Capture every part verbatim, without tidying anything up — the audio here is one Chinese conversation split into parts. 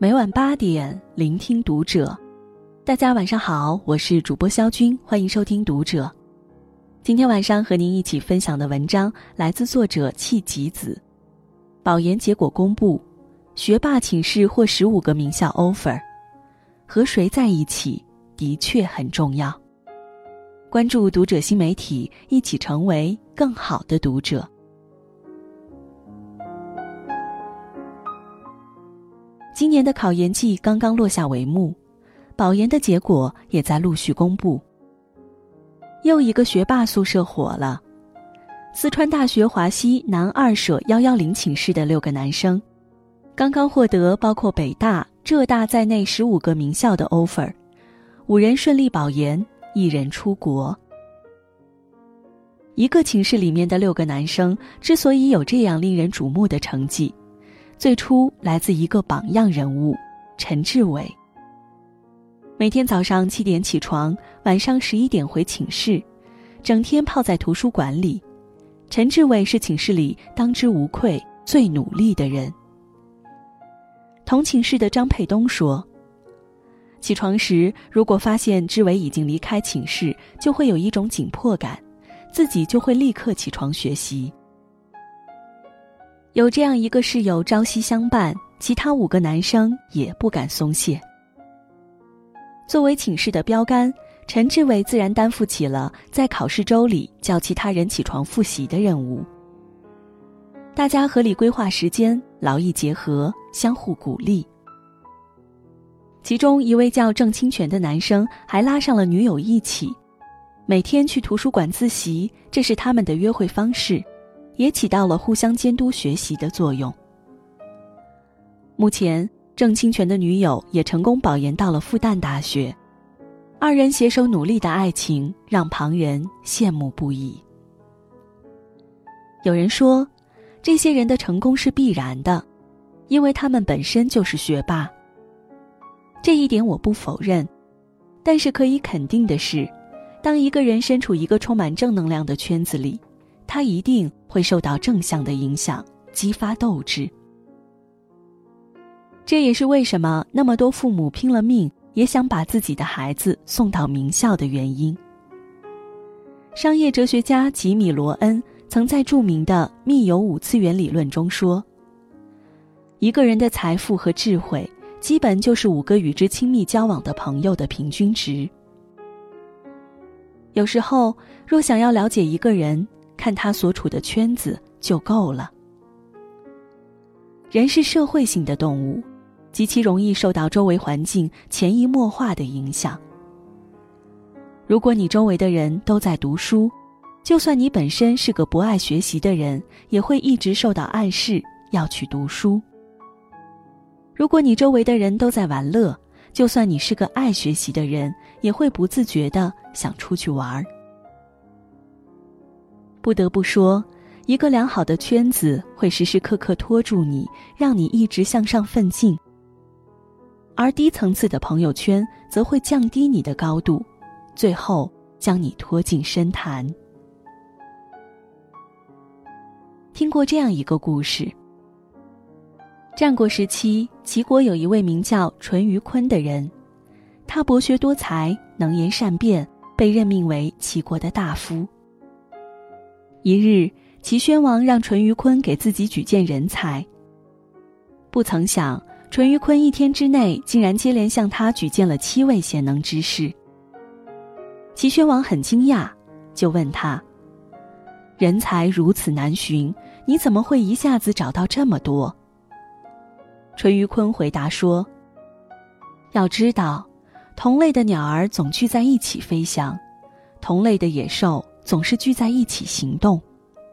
每晚八点，聆听读者。大家晚上好，我是主播肖军，欢迎收听读者。今天晚上和您一起分享的文章来自作者弃吉子。保研结果公布，学霸寝室获十五个名校 offer， 和谁在一起的确很重要。关注读者新媒体，一起成为更好的读者。今年的考研季刚刚落下帷幕，保研的结果也在陆续公布。又一个学霸宿舍火了，四川大学华西南二舍一一零寝室的六个男生，刚刚获得包括北大、浙大在内十五个名校的 offer， 五人顺利保研，一人出国。一个寝室里面的六个男生之所以有这样令人瞩目的成绩，最初来自一个榜样人物陈志伟。每天早上七点起床，晚上十一点回寝室，整天泡在图书馆里。陈志伟是寝室里当之无愧最努力的人。同寝室的张佩东说，起床时如果发现志伟已经离开寝室，就会有一种紧迫感，自己就会立刻起床学习。有这样一个室友朝夕相伴，其他五个男生也不敢松懈。作为寝室的标杆，陈志伟自然担负起了在考试周里叫其他人起床复习的任务。大家合理规划时间，劳逸结合，相互鼓励。其中一位叫郑清泉的男生还拉上了女友一起，每天去图书馆自习，这是他们的约会方式，也起到了互相监督学习的作用。目前郑清泉的女友也成功保研到了复旦大学，二人携手努力的爱情让旁人羡慕不已。有人说，这些人的成功是必然的，因为他们本身就是学霸。这一点我不否认，但是可以肯定的是，当一个人身处一个充满正能量的圈子里，他一定会受到正向的影响，激发斗志。这也是为什么那么多父母拼了命也想把自己的孩子送到名校的原因。商业哲学家吉米·罗恩曾在著名的密友五次元理论中说，一个人的财富和智慧基本就是五个与之亲密交往的朋友的平均值。有时候若想要了解一个人，看他所处的圈子就够了。人是社会性的动物，极其容易受到周围环境潜移默化的影响。如果你周围的人都在读书，就算你本身是个不爱学习的人，也会一直受到暗示要去读书。如果你周围的人都在玩乐，就算你是个爱学习的人，也会不自觉地想出去玩。不得不说，一个良好的圈子会时时刻刻拖住你，让你一直向上奋进。而低层次的朋友圈则会降低你的高度，最后将你拖进深潭。听过这样一个故事，战国时期，齐国有一位名叫淳于髡的人，他博学多才，能言善辩，被任命为齐国的大夫。一日，齐宣王让淳于髡给自己举荐人才，不曾想淳于髡一天之内竟然接连向他举荐了七位贤能之士。齐宣王很惊讶，就问他，人才如此难寻，你怎么会一下子找到这么多？淳于髡回答说，要知道，同类的鸟儿总聚在一起飞翔，同类的野兽总是聚在一起行动。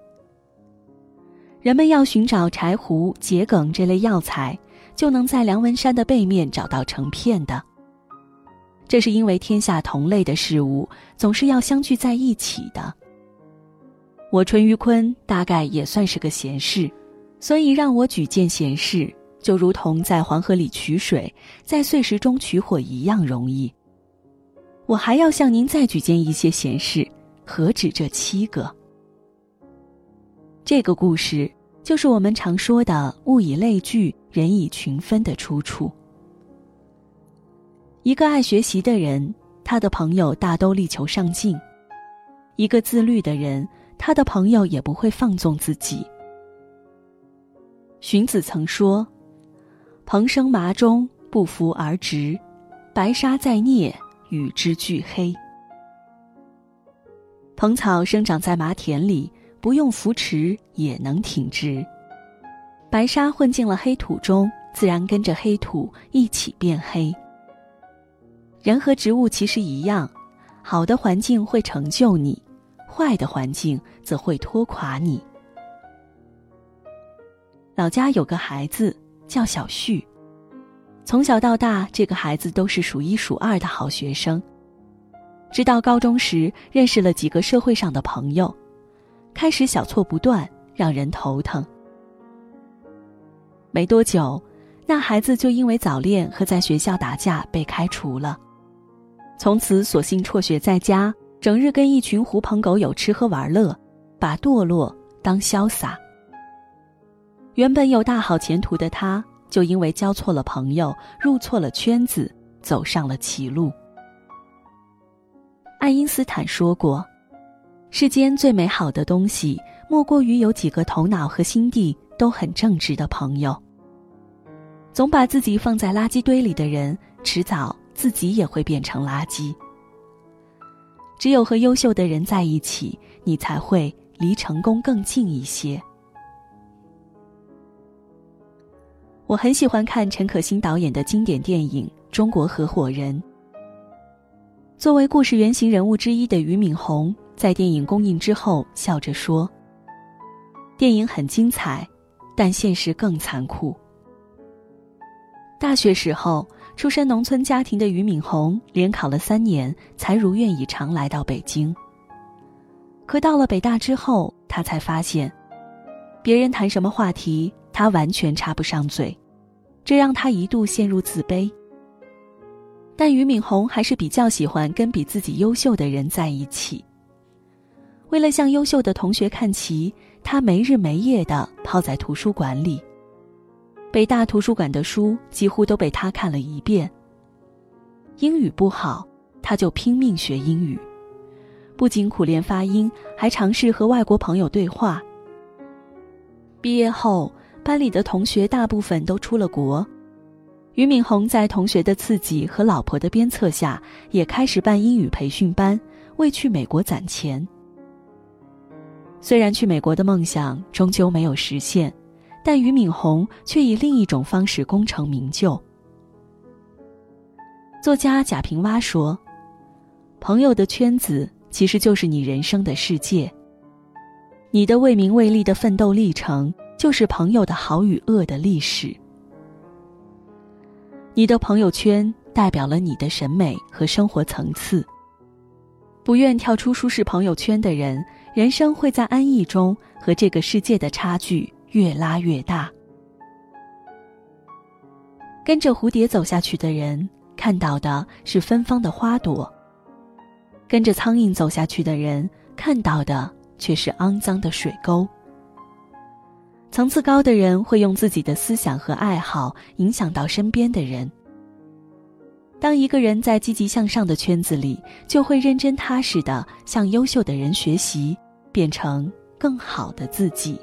人们要寻找柴胡、桔梗这类药材，就能在梁文山的背面找到成片的。这是因为天下同类的事物总是要相聚在一起的。我淳于髡大概也算是个贤士，所以让我举荐贤士，就如同在黄河里取水，在碎石中取火一样容易。我还要向您再举荐一些贤士，何止这七个？这个故事就是我们常说的物以类聚，人以群分的出处。 一个爱学习的人，他的朋友大都力求上进；一个自律的人，他的朋友也不会放纵自己。荀子曾说：蓬生麻中，不扶而直，白沙在涅，与之俱黑。蓬草生长在麻田里，不用扶持也能挺直；白沙混进了黑土中，自然跟着黑土一起变黑。人和植物其实一样，好的环境会成就你，坏的环境则会拖垮你。老家有个孩子叫小旭，从小到大，这个孩子都是数一数二的好学生。直到高中时，认识了几个社会上的朋友，开始小错不断，让人头疼。没多久，那孩子就因为早恋和在学校打架被开除了，从此索性辍学在家，整日跟一群狐朋狗友吃喝玩乐，把堕落当潇洒。原本有大好前途的他，就因为交错了朋友，入错了圈子，走上了歧路。爱因斯坦说过，世间最美好的东西，莫过于有几个头脑和心地都很正直的朋友。总把自己放在垃圾堆里的人，迟早自己也会变成垃圾。只有和优秀的人在一起，你才会离成功更近一些。我很喜欢看陈可辛导演的经典电影《中国合伙人》。作为故事原型人物之一的俞敏洪，在电影公映之后笑着说：电影很精彩，但现实更残酷。大学时候，出身农村家庭的俞敏洪连考了三年，才如愿以偿来到北京。可到了北大之后，他才发现，别人谈什么话题，他完全插不上嘴，这让他一度陷入自卑。但俞敏洪还是比较喜欢跟比自己优秀的人在一起。为了向优秀的同学看齐，他没日没夜地泡在图书馆里。北大图书馆的书几乎都被他看了一遍。英语不好，他就拼命学英语，不仅苦练发音，还尝试和外国朋友对话。毕业后，班里的同学大部分都出了国。俞敏洪在同学的刺激和老婆的鞭策下，也开始办英语培训班，为去美国攒钱。虽然去美国的梦想终究没有实现，但俞敏洪却以另一种方式功成名就。作家贾平凹说，朋友的圈子其实就是你人生的世界，你的为名为利的奋斗历程，就是朋友的好与恶的历史。你的朋友圈代表了你的审美和生活层次。不愿跳出舒适朋友圈的人，人生会在安逸中和这个世界的差距越拉越大。跟着蝴蝶走下去的人，看到的是芬芳的花朵；跟着苍蝇走下去的人，看到的却是肮脏的水沟。层次高的人会用自己的思想和爱好影响到身边的人。当一个人在积极向上的圈子里，就会认真踏实地向优秀的人学习，变成更好的自己。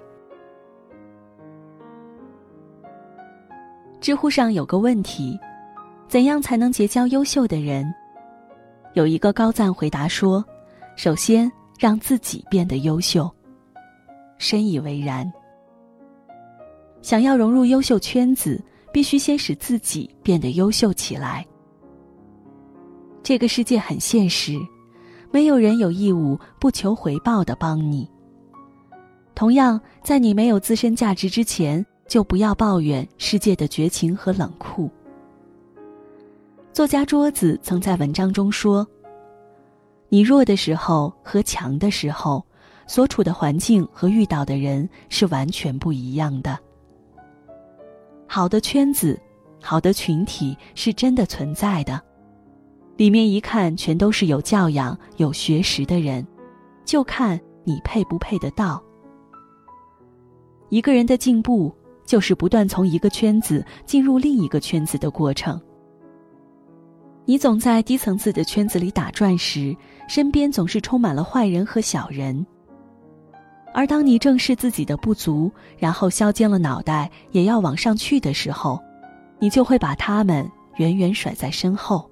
知乎上有个问题，怎样才能结交优秀的人？有一个高赞回答说，首先让自己变得优秀。深以为然。想要融入优秀圈子，必须先使自己变得优秀起来。这个世界很现实，没有人有义务不求回报地帮你。同样，在你没有自身价值之前，就不要抱怨世界的绝情和冷酷。作家桌子曾在文章中说，你弱的时候和强的时候，所处的环境和遇到的人是完全不一样的。好的圈子，好的群体是真的存在的，里面一看全都是有教养、有学识的人，就看你配不配得到。一个人的进步，就是不断从一个圈子进入另一个圈子的过程。 你总在低层次的圈子里打转时，身边总是充满了坏人和小人。而当你正视自己的不足，然后削尖了脑袋也要往上去的时候，你就会把他们远远甩在身后。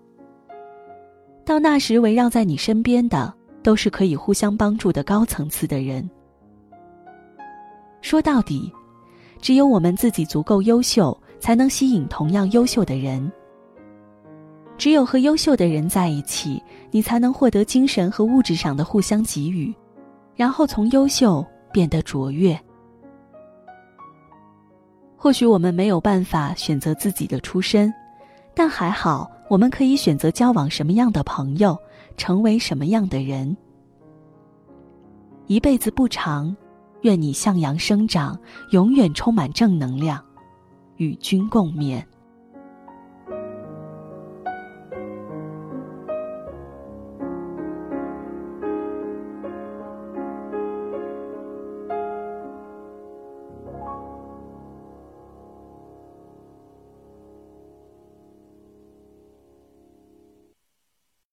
到那时，围绕在你身边的都是可以互相帮助的高层次的人。说到底，只有我们自己足够优秀，才能吸引同样优秀的人。只有和优秀的人在一起，你才能获得精神和物质上的互相给予，然后从优秀变得卓越。或许我们没有办法选择自己的出身，但还好，我们可以选择交往什么样的朋友，成为什么样的人。一辈子不长，愿你向阳生长，永远充满正能量，与君共勉。